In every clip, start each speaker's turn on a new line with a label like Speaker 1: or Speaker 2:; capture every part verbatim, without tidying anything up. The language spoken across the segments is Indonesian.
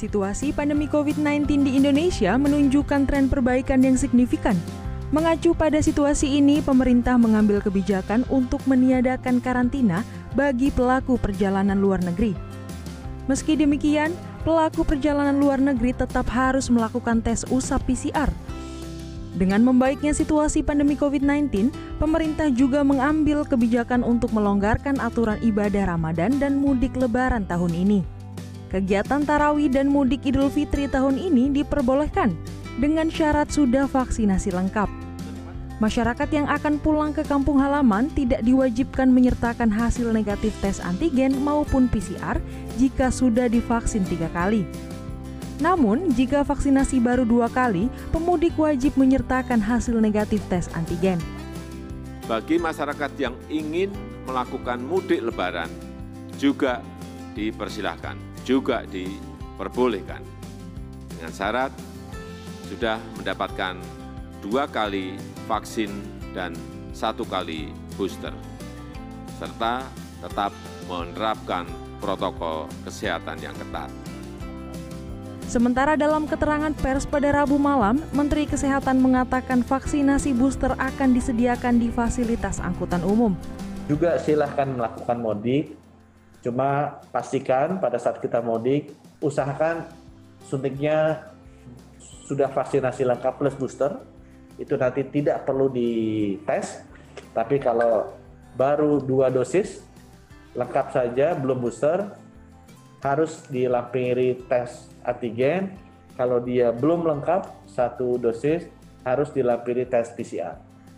Speaker 1: Situasi pandemi covid sembilan belas di Indonesia menunjukkan tren perbaikan yang signifikan. Mengacu pada situasi ini, pemerintah mengambil kebijakan untuk meniadakan karantina bagi pelaku perjalanan luar negeri. Meski demikian, pelaku perjalanan luar negeri tetap harus melakukan tes usap P C R. Dengan membaiknya situasi pandemi covid sembilan belas, pemerintah juga mengambil kebijakan untuk melonggarkan aturan ibadah Ramadan dan mudik Lebaran tahun ini. Kegiatan tarawih dan mudik Idul Fitri tahun ini diperbolehkan dengan syarat sudah vaksinasi lengkap. Masyarakat yang akan pulang ke kampung halaman tidak diwajibkan menyertakan hasil negatif tes antigen maupun P C R jika sudah divaksin tiga kali. Namun, jika vaksinasi baru dua kali, pemudik wajib menyertakan hasil negatif tes antigen.
Speaker 2: Bagi masyarakat yang ingin melakukan mudik Lebaran juga dipersilahkan, juga diperbolehkan dengan syarat sudah mendapatkan dua kali vaksin dan satu kali booster, serta tetap menerapkan protokol kesehatan yang ketat.
Speaker 1: Sementara dalam keterangan pers pada Rabu malam, Menteri Kesehatan mengatakan vaksinasi booster akan disediakan di fasilitas angkutan umum.
Speaker 3: Juga silahkan melakukan mudik, cuma pastikan pada saat kita mudik, usahakan suntiknya sudah vaksinasi lengkap plus booster. Itu nanti tidak perlu dites, tapi kalau baru dua dosis lengkap saja belum booster harus dilampiri tes antigen. Kalau dia belum lengkap satu dosis harus dilampiri tes P C R.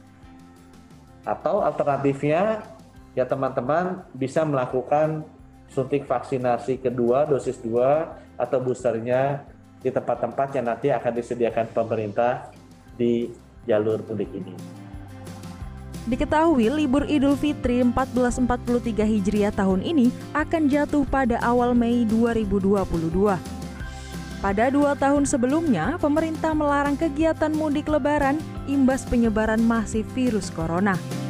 Speaker 3: Atau alternatifnya ya teman-teman bisa melakukan suntik vaksinasi kedua dosis dua atau boosternya di tempat-tempat yang nanti akan disediakan pemerintah di jalur mudik ini.
Speaker 1: Diketahui libur Idul Fitri seribu empat ratus empat puluh tiga Hijriah tahun ini akan jatuh pada awal Mei dua ribu dua puluh dua. Pada dua tahun sebelumnya, pemerintah melarang kegiatan mudik Lebaran imbas penyebaran masif virus corona.